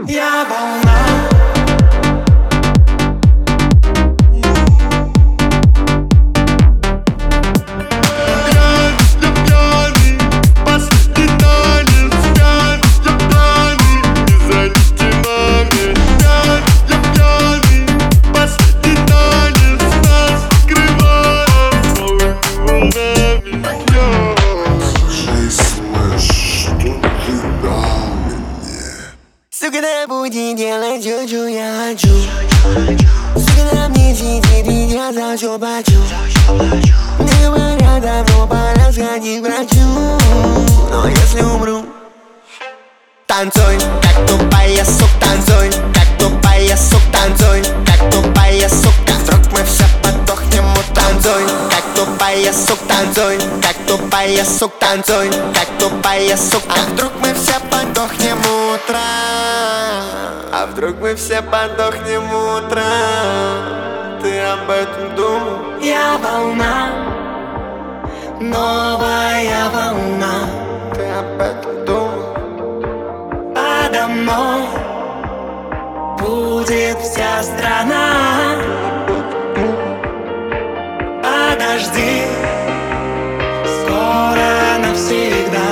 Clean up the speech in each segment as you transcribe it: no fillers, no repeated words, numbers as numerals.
Я волна. Сука, да буди делать все, что я хочу. Сука, да мне сидеть, ведь я за все плачу. Мне говорят, давно пора сходить к врачу. Но если умру, танцуй, как тупая сука, танцуй, как тупая сука, танцуй, как тупая сука. Вдруг мы все подохнем, танцуй, как тупая сука, танцуй, как тупая сука, танцуй, как тупая сука. А вдруг мы все подохнем утром? А вдруг мы все подохнем утром? Ты об этом думал? Я волна, новая волна. Ты об этом думал? Подо мной будет вся страна. Подожди, скоро навсегда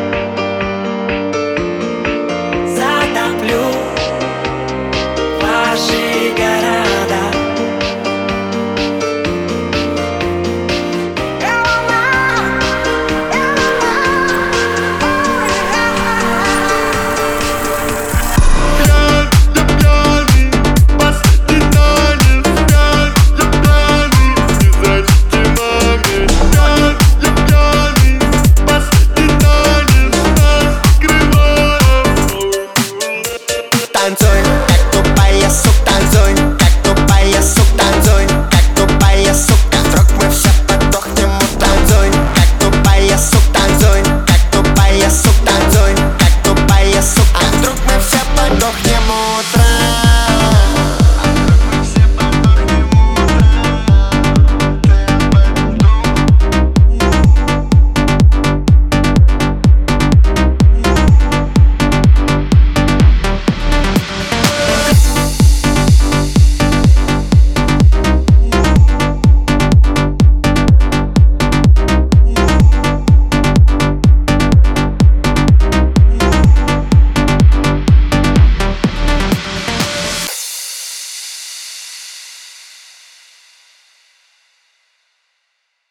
затоплю ваши города. Танцуй.